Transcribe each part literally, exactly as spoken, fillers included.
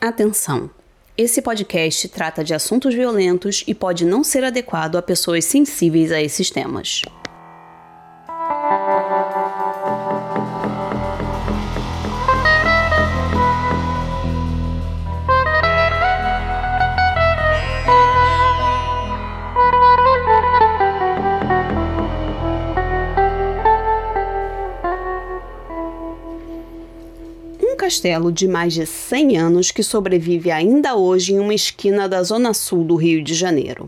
Atenção! Esse podcast trata de assuntos violentos e pode não ser adequado a pessoas sensíveis a esses temas. Um castelo de mais de cem anos que sobrevive ainda hoje em uma esquina da zona sul do Rio de Janeiro.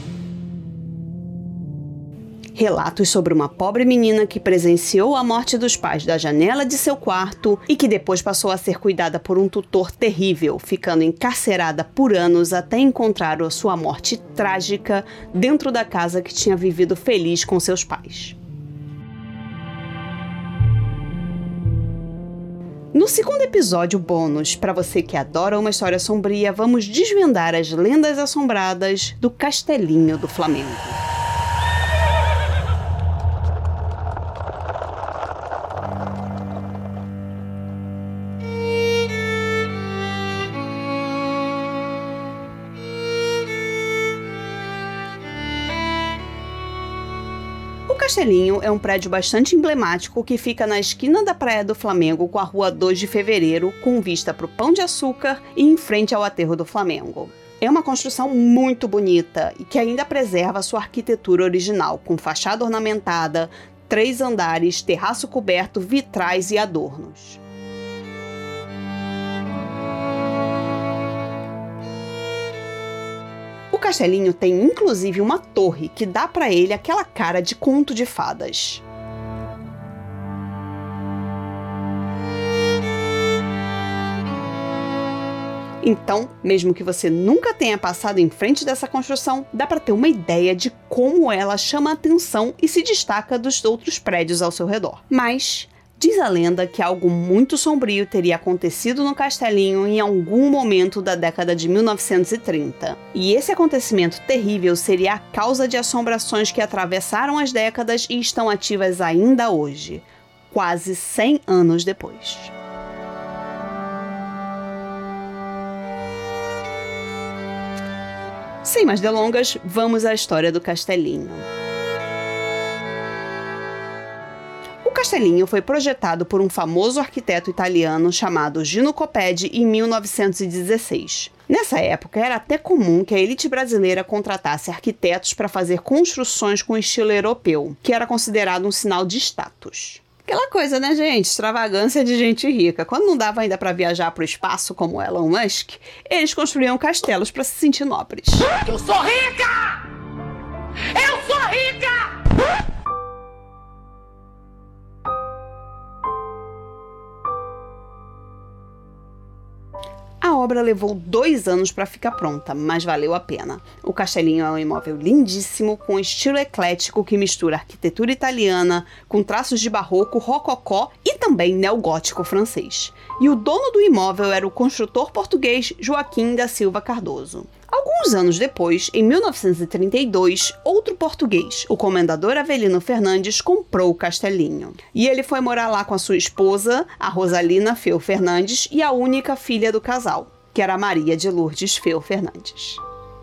Relatos sobre uma pobre menina que presenciou a morte dos pais da janela de seu quarto e que depois passou a ser cuidada por um tutor terrível, ficando encarcerada por anos até encontrar a sua morte trágica dentro da casa que tinha vivido feliz com seus pais. No segundo episódio bônus, para você que adora uma história sombria, vamos desvendar as lendas assombradas do Castelinho do Flamengo. O Castelinho é um prédio bastante emblemático que fica na esquina da Praia do Flamengo com a rua dois de fevereiro, com vista para o Pão de Açúcar e em frente ao Aterro do Flamengo. É uma construção muito bonita e que ainda preserva sua arquitetura original, com fachada ornamentada, três andares, terraço coberto, vitrais e adornos. O Castelinho tem inclusive uma torre que dá para ele aquela cara de conto de fadas. Então, mesmo que você nunca tenha passado em frente dessa construção, dá para ter uma ideia de como ela chama a atenção e se destaca dos outros prédios ao seu redor. Mas diz a lenda que algo muito sombrio teria acontecido no Castelinho em algum momento da década de mil novecentos e trinta. E esse acontecimento terrível seria a causa de assombrações que atravessaram as décadas e estão ativas ainda hoje, quase cem anos depois. Sem mais delongas, vamos à história do Castelinho. O Castelinho foi projetado por um famoso arquiteto italiano chamado Gino Coppedi em mil novecentos e dezesseis. Nessa época, era até comum que a elite brasileira contratasse arquitetos para fazer construções com estilo europeu, que era considerado um sinal de status. Aquela coisa, né, gente? Extravagância de gente rica. Quando não dava ainda para viajar para o espaço como Elon Musk, eles construíam castelos para se sentir nobres. Eu sou rica! Eu sou rica! A obra levou dois anos para ficar pronta, mas valeu a pena. O Castelinho é um imóvel lindíssimo, com estilo eclético que mistura arquitetura italiana com traços de barroco, rococó e também neogótico francês. E o dono do imóvel era o construtor português Joaquim da Silva Cardoso. Alguns anos depois, em mil novecentos e trinta e dois, outro português, o comendador Avelino Fernandes, comprou o Castelinho. E ele foi morar lá com a sua esposa, a Rosalina Feu Fernandes, e a única filha do casal, que era a Maria de Lourdes Feu Fernandes.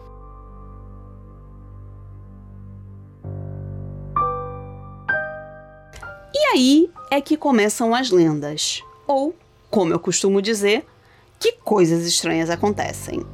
E aí é que começam as lendas. Ou, como eu costumo dizer, que coisas estranhas acontecem.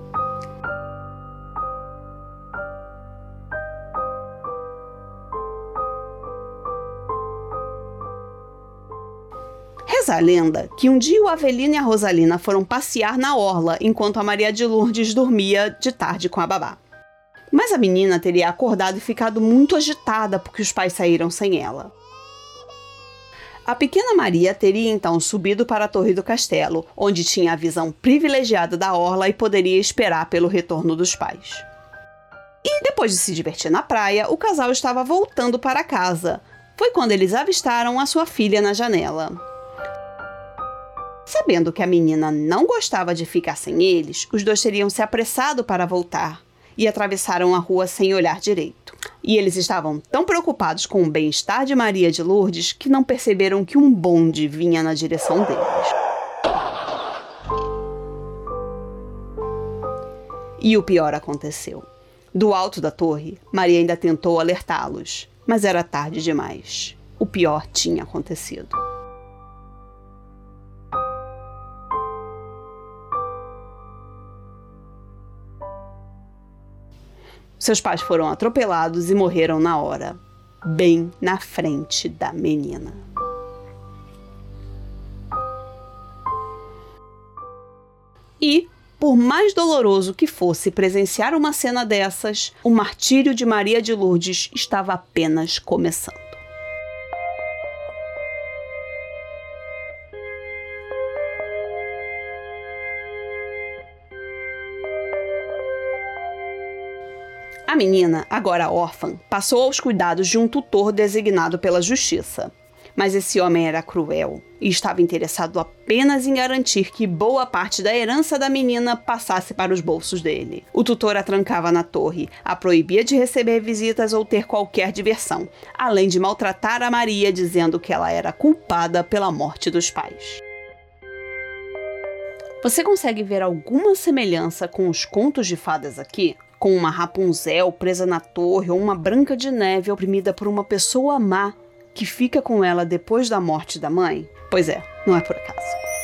Reza a lenda que um dia o Avelino e a Rosalina foram passear na orla enquanto a Maria de Lourdes dormia de tarde com a babá. Mas a menina teria acordado e ficado muito agitada porque os pais saíram sem ela. A pequena Maria teria então subido para a torre do castelo, onde tinha a visão privilegiada da orla e poderia esperar pelo retorno dos pais. E depois de se divertir na praia, o casal estava voltando para casa. Foi quando eles avistaram a sua filha na janela. Sabendo que a menina não gostava de ficar sem eles, os dois teriam se apressado para voltar e atravessaram a rua sem olhar direito. E eles estavam tão preocupados com o bem-estar de Maria de Lourdes que não perceberam que um bonde vinha na direção deles. E o pior aconteceu. Do alto da torre, Maria ainda tentou alertá-los, mas era tarde demais. O pior tinha acontecido. Seus pais foram atropelados e morreram na hora, bem na frente da menina. E, por mais doloroso que fosse presenciar uma cena dessas, o martírio de Maria de Lourdes estava apenas começando. A menina, agora órfã, passou aos cuidados de um tutor designado pela justiça. Mas esse homem era cruel e estava interessado apenas em garantir que boa parte da herança da menina passasse para os bolsos dele. O tutor a trancava na torre, a proibia de receber visitas ou ter qualquer diversão, além de maltratar a Maria dizendo que ela era culpada pela morte dos pais. Você consegue ver alguma semelhança com os contos de fadas aqui? Com uma Rapunzel presa na torre ou uma Branca de Neve oprimida por uma pessoa má que fica com ela depois da morte da mãe? Pois é, não é por acaso.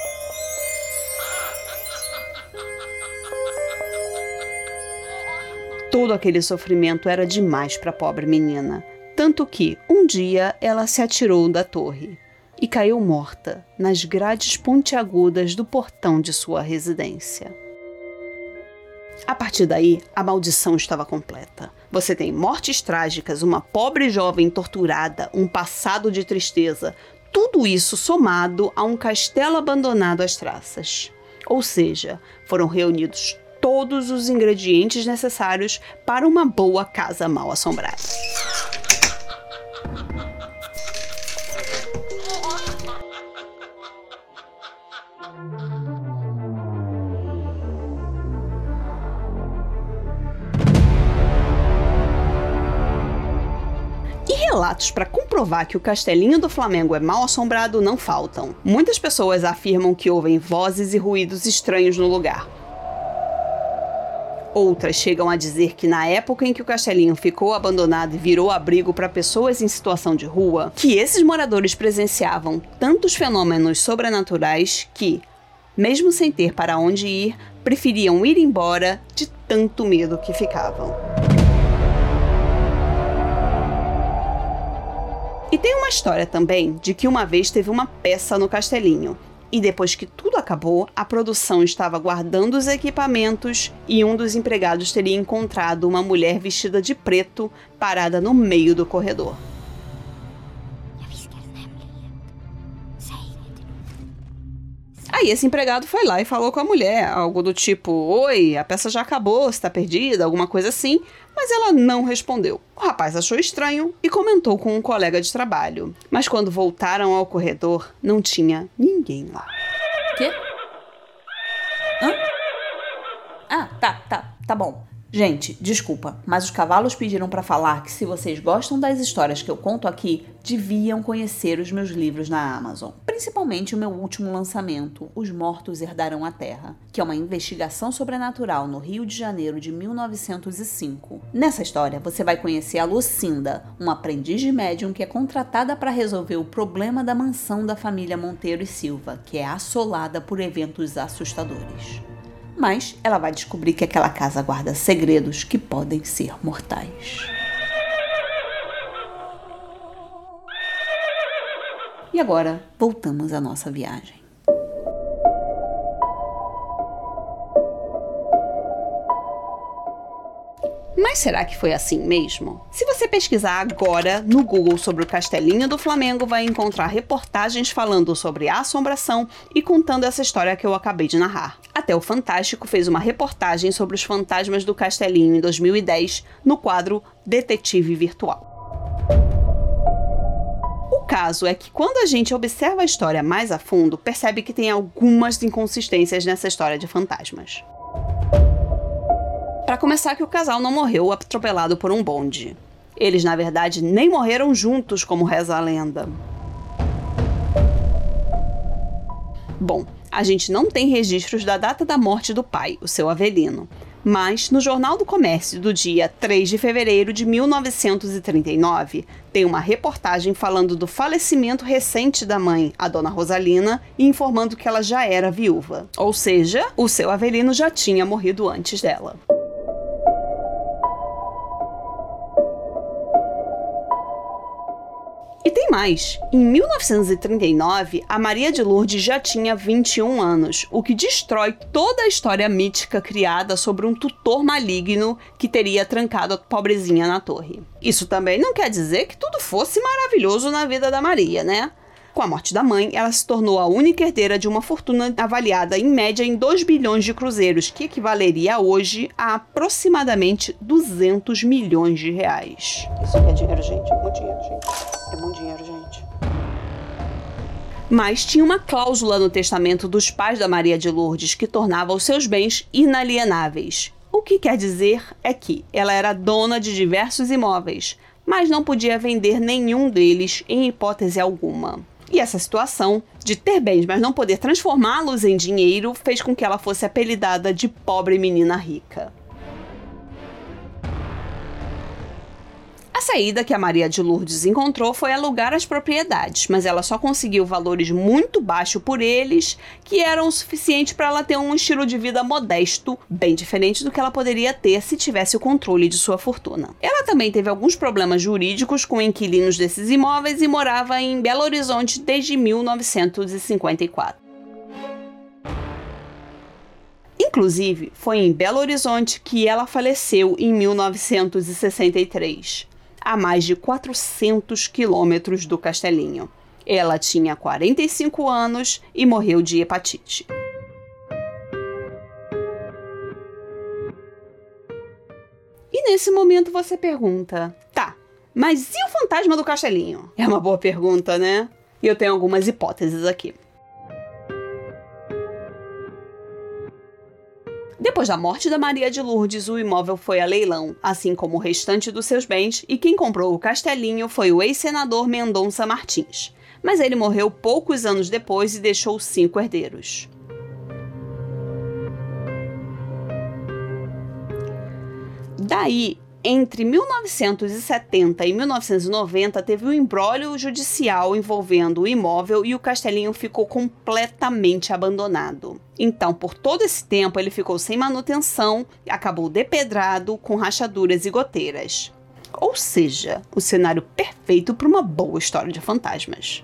Todo aquele sofrimento era demais para a pobre menina, tanto que, um dia, ela se atirou da torre e caiu morta nas grades pontiagudas do portão de sua residência. A partir daí, a maldição estava completa. Você tem mortes trágicas, uma pobre jovem torturada, um passado de tristeza, tudo isso somado a um castelo abandonado às traças. Ou seja, foram reunidos todos os ingredientes necessários para uma boa casa mal assombrada. Relatos para comprovar que o Castelinho do Flamengo é mal assombrado não faltam. Muitas pessoas afirmam que ouvem vozes e ruídos estranhos no lugar. Outras chegam a dizer que na época em que o castelinho ficou abandonado e virou abrigo para pessoas em situação de rua, que esses moradores presenciavam tantos fenômenos sobrenaturais que, mesmo sem ter para onde ir, preferiam ir embora de tanto medo que ficavam. E tem uma história também de que uma vez teve uma peça no castelinho, e depois que tudo acabou, a produção estava guardando os equipamentos e um dos empregados teria encontrado uma mulher vestida de preto parada no meio do corredor. Aí esse empregado foi lá e falou com a mulher, algo do tipo: oi, a peça já acabou, está perdida, alguma coisa assim, mas ela não respondeu. O rapaz achou estranho e comentou com um colega de trabalho, mas quando voltaram ao corredor, não tinha ninguém lá. Quê? Hã? Ah, tá, tá, tá bom. Gente, desculpa, mas os cavalos pediram pra falar que se vocês gostam das histórias que eu conto aqui, deviam conhecer os meus livros na Amazon. Principalmente o meu último lançamento, Os Mortos Herdarão a Terra, que é uma investigação sobrenatural no Rio de Janeiro de mil novecentos e cinco. Nessa história, você vai conhecer a Lucinda, uma aprendiz de médium que é contratada para resolver o problema da mansão da família Monteiro e Silva, que é assolada por eventos assustadores. Mas ela vai descobrir que aquela casa guarda segredos que podem ser mortais. E agora, voltamos à nossa viagem. Mas será que foi assim mesmo? Se você pesquisar agora no Google sobre o Castelinho do Flamengo, vai encontrar reportagens falando sobre a assombração e contando essa história que eu acabei de narrar. Até o Fantástico fez uma reportagem sobre os fantasmas do Castelinho em dois mil e dez, no quadro Detetive Virtual. O caso é que quando a gente observa a história mais a fundo, percebe que tem algumas inconsistências nessa história de fantasmas. Para começar, que o casal não morreu atropelado por um bonde. Eles, na verdade, nem morreram juntos, como reza a lenda. Bom, a gente não tem registros da data da morte do pai, o seu Avelino, Mas, no Jornal do Comércio do dia três de fevereiro de mil novecentos e trinta e nove, tem uma reportagem falando do falecimento recente da mãe, a dona Rosalina, e informando que ela já era viúva. Ou seja, o seu Avelino já tinha morrido antes dela. E tem mais. Em mil novecentos e trinta e nove, a Maria de Lourdes já tinha vinte e um anos, o que destrói toda a história mítica criada sobre um tutor maligno que teria trancado a pobrezinha na torre. Isso também não quer dizer que tudo fosse maravilhoso na vida da Maria, né? Com a morte da mãe, ela se tornou a única herdeira de uma fortuna avaliada em média em dois bilhões de cruzeiros, que equivaleria hoje a aproximadamente duzentos milhões de reais. Isso aqui é dinheiro, gente. É muito dinheiro, gente. É muito dinheiro, gente. Mas tinha uma cláusula no testamento dos pais da Maria de Lourdes que tornava os seus bens inalienáveis. O que quer dizer é que ela era dona de diversos imóveis, mas não podia vender nenhum deles em hipótese alguma. E essa situação de ter bens, mas não poder transformá-los em dinheiro, fez com que ela fosse apelidada de pobre menina rica. A saída que a Maria de Lourdes encontrou foi alugar as propriedades, mas ela só conseguiu valores muito baixos por eles, que eram o suficiente para ela ter um estilo de vida modesto, bem diferente do que ela poderia ter se tivesse o controle de sua fortuna. Ela também teve alguns problemas jurídicos com inquilinos desses imóveis e morava em Belo Horizonte desde mil novecentos e cinquenta e quatro. Inclusive, foi em Belo Horizonte que ela faleceu em mil novecentos e sessenta e três. A mais de quatrocentos quilômetros do Castelinho. Ela tinha quarenta e cinco anos e morreu de hepatite. E nesse momento você pergunta, tá, mas e o fantasma do Castelinho? É uma boa pergunta, né? E eu tenho algumas hipóteses aqui. Depois da morte da Maria de Lourdes, o imóvel foi a leilão, assim como o restante dos seus bens, e quem comprou o Castelinho foi o ex-senador Mendonça Martins. Mas ele morreu poucos anos depois e deixou cinco herdeiros. Daí, entre mil novecentos e setenta e mil novecentos e noventa, teve um imbróglio judicial envolvendo o imóvel e o Castelinho ficou completamente abandonado. Então, por todo esse tempo, ele ficou sem manutenção e acabou depedrado, com rachaduras e goteiras. Ou seja, o cenário perfeito para uma boa história de fantasmas.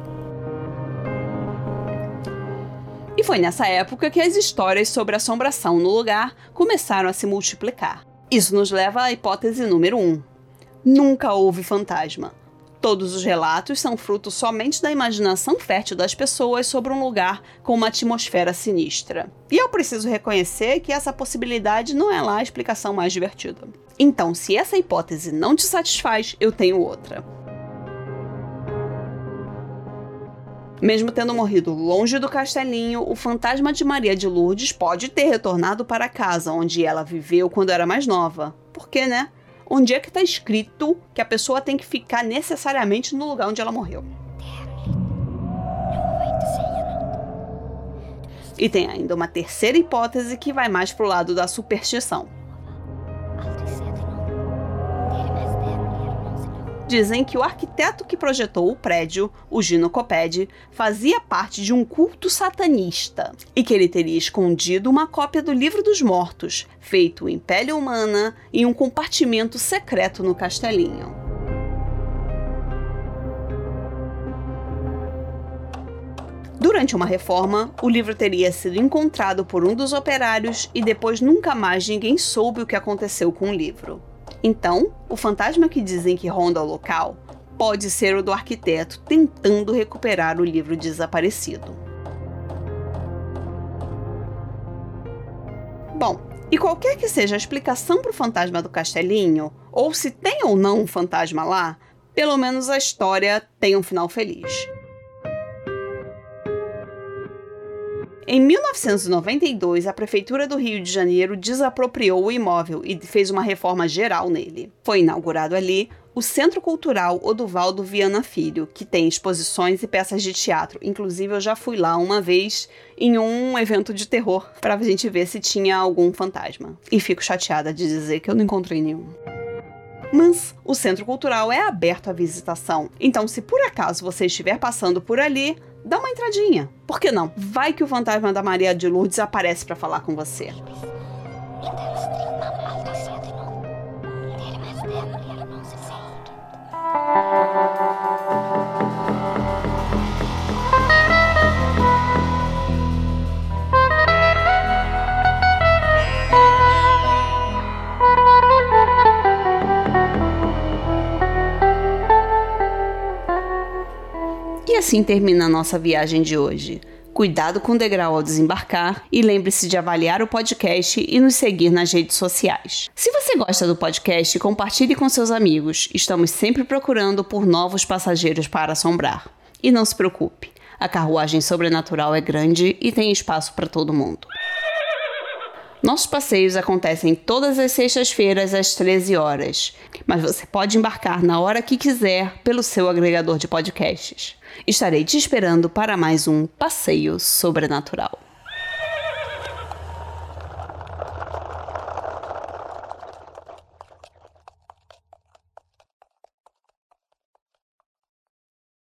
E foi nessa época que as histórias sobre assombração no lugar começaram a se multiplicar. Isso nos leva à hipótese número um. Nunca houve fantasma. Todos os relatos são fruto somente da imaginação fértil das pessoas sobre um lugar com uma atmosfera sinistra. E eu preciso reconhecer que essa possibilidade não é lá a explicação mais divertida. Então, se essa hipótese não te satisfaz, eu tenho outra. Mesmo tendo morrido longe do Castelinho, o fantasma de Maria de Lourdes pode ter retornado para a casa onde ela viveu quando era mais nova. Por quê, né? Onde é que está escrito que a pessoa tem que ficar necessariamente no lugar onde ela morreu? E tem ainda uma terceira hipótese que vai mais pro lado da superstição. Dizem que o arquiteto que projetou o prédio, o Gino Coppetti, fazia parte de um culto satanista e que ele teria escondido uma cópia do Livro dos Mortos, feito em pele humana, em um compartimento secreto no Castelinho. Durante uma reforma, o livro teria sido encontrado por um dos operários e depois nunca mais ninguém soube o que aconteceu com o livro. Então, o fantasma que dizem que ronda o local pode ser o do arquiteto tentando recuperar o livro desaparecido. Bom, e qualquer que seja a explicação para o fantasma do Castelinho, ou se tem ou não um fantasma lá, pelo menos a história tem um final feliz. Em mil novecentos e noventa e dois, a Prefeitura do Rio de Janeiro desapropriou o imóvel e fez uma reforma geral nele. Foi inaugurado ali o Centro Cultural Oduvaldo Viana Filho, que tem exposições e peças de teatro. Inclusive, eu já fui lá uma vez em um evento de terror para a gente ver se tinha algum fantasma. E fico chateada de dizer que eu não encontrei nenhum. Mas o Centro Cultural é aberto à visitação, então se por acaso você estiver passando por ali, dá uma entradinha. Por que não? Vai que o fantasma da Maria de Lourdes aparece para falar com você. E assim termina a nossa viagem de hoje. Cuidado com o degrau ao desembarcar e lembre-se de avaliar o podcast e nos seguir nas redes sociais. Se você gosta do podcast, compartilhe com seus amigos. Estamos sempre procurando por novos passageiros para assombrar. E não se preocupe, a carruagem sobrenatural é grande e tem espaço para todo mundo. Nossos passeios acontecem todas as sextas-feiras às treze horas, mas você pode embarcar na hora que quiser pelo seu agregador de podcasts. Estarei te esperando para mais um Passeio Sobrenatural.